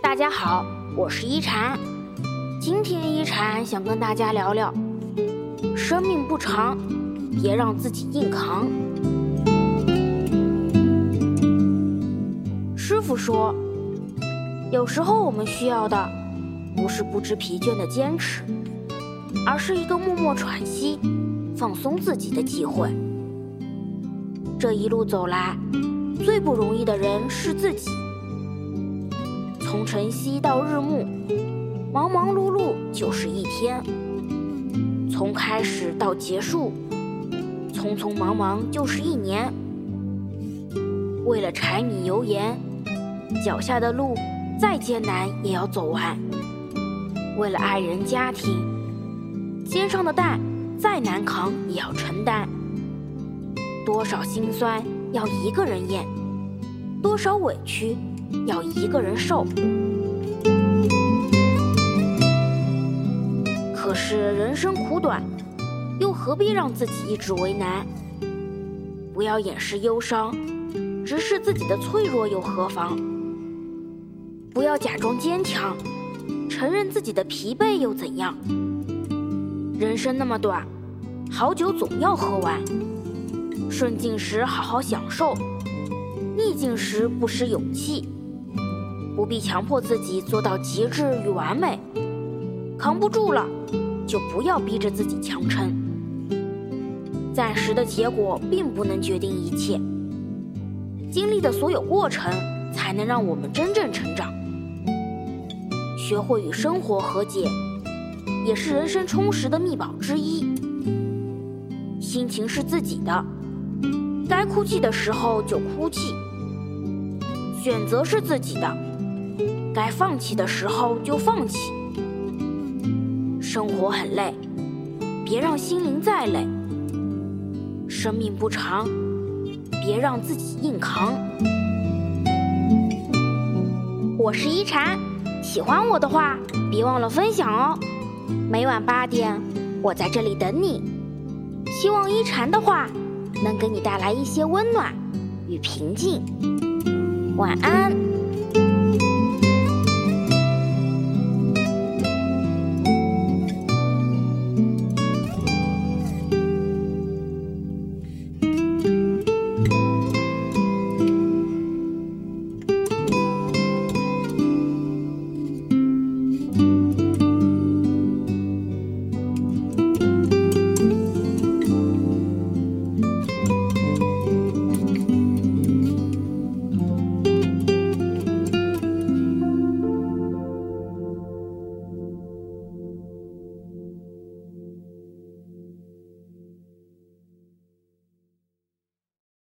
大家好，我是一禅。今天一禅想跟大家聊聊，生命不长，别让自己硬扛。师父说，有时候我们需要的不是不知疲倦的坚持，而是一个默默喘息、放松自己的机会。这一路走来，最不容易的人是自己。从晨曦到日暮，忙忙碌碌就是一天；从开始到结束，匆匆忙忙就是一年。为了柴米油盐，脚下的路再艰难也要走完；为了爱人家庭，肩上的担再难扛也要承担。多少辛酸要一个人咽，多少委屈要一个人受。可是人生苦短，又何必让自己一直为难？不要掩饰忧伤，直视自己的脆弱又何妨？不要假装坚强，承认自己的疲惫又怎样？人生那么短，好酒总要喝完。顺境时好好享受，逆境时不失勇气。不必强迫自己做到极致与完美，扛不住了，就不要逼着自己强撑。暂时的结果并不能决定一切，经历的所有过程才能让我们真正成长。学会与生活和解，也是人生充实的秘宝之一。心情是自己的，该哭泣的时候就哭泣；选择是自己的，该放弃的时候就放弃。生活很累，别让心灵再累；生命不长，别让自己硬扛。我是一禅，喜欢我的话，别忘了分享哦。每晚8点，我在这里等你。希望一禅的话能给你带来一些温暖与平静。晚安。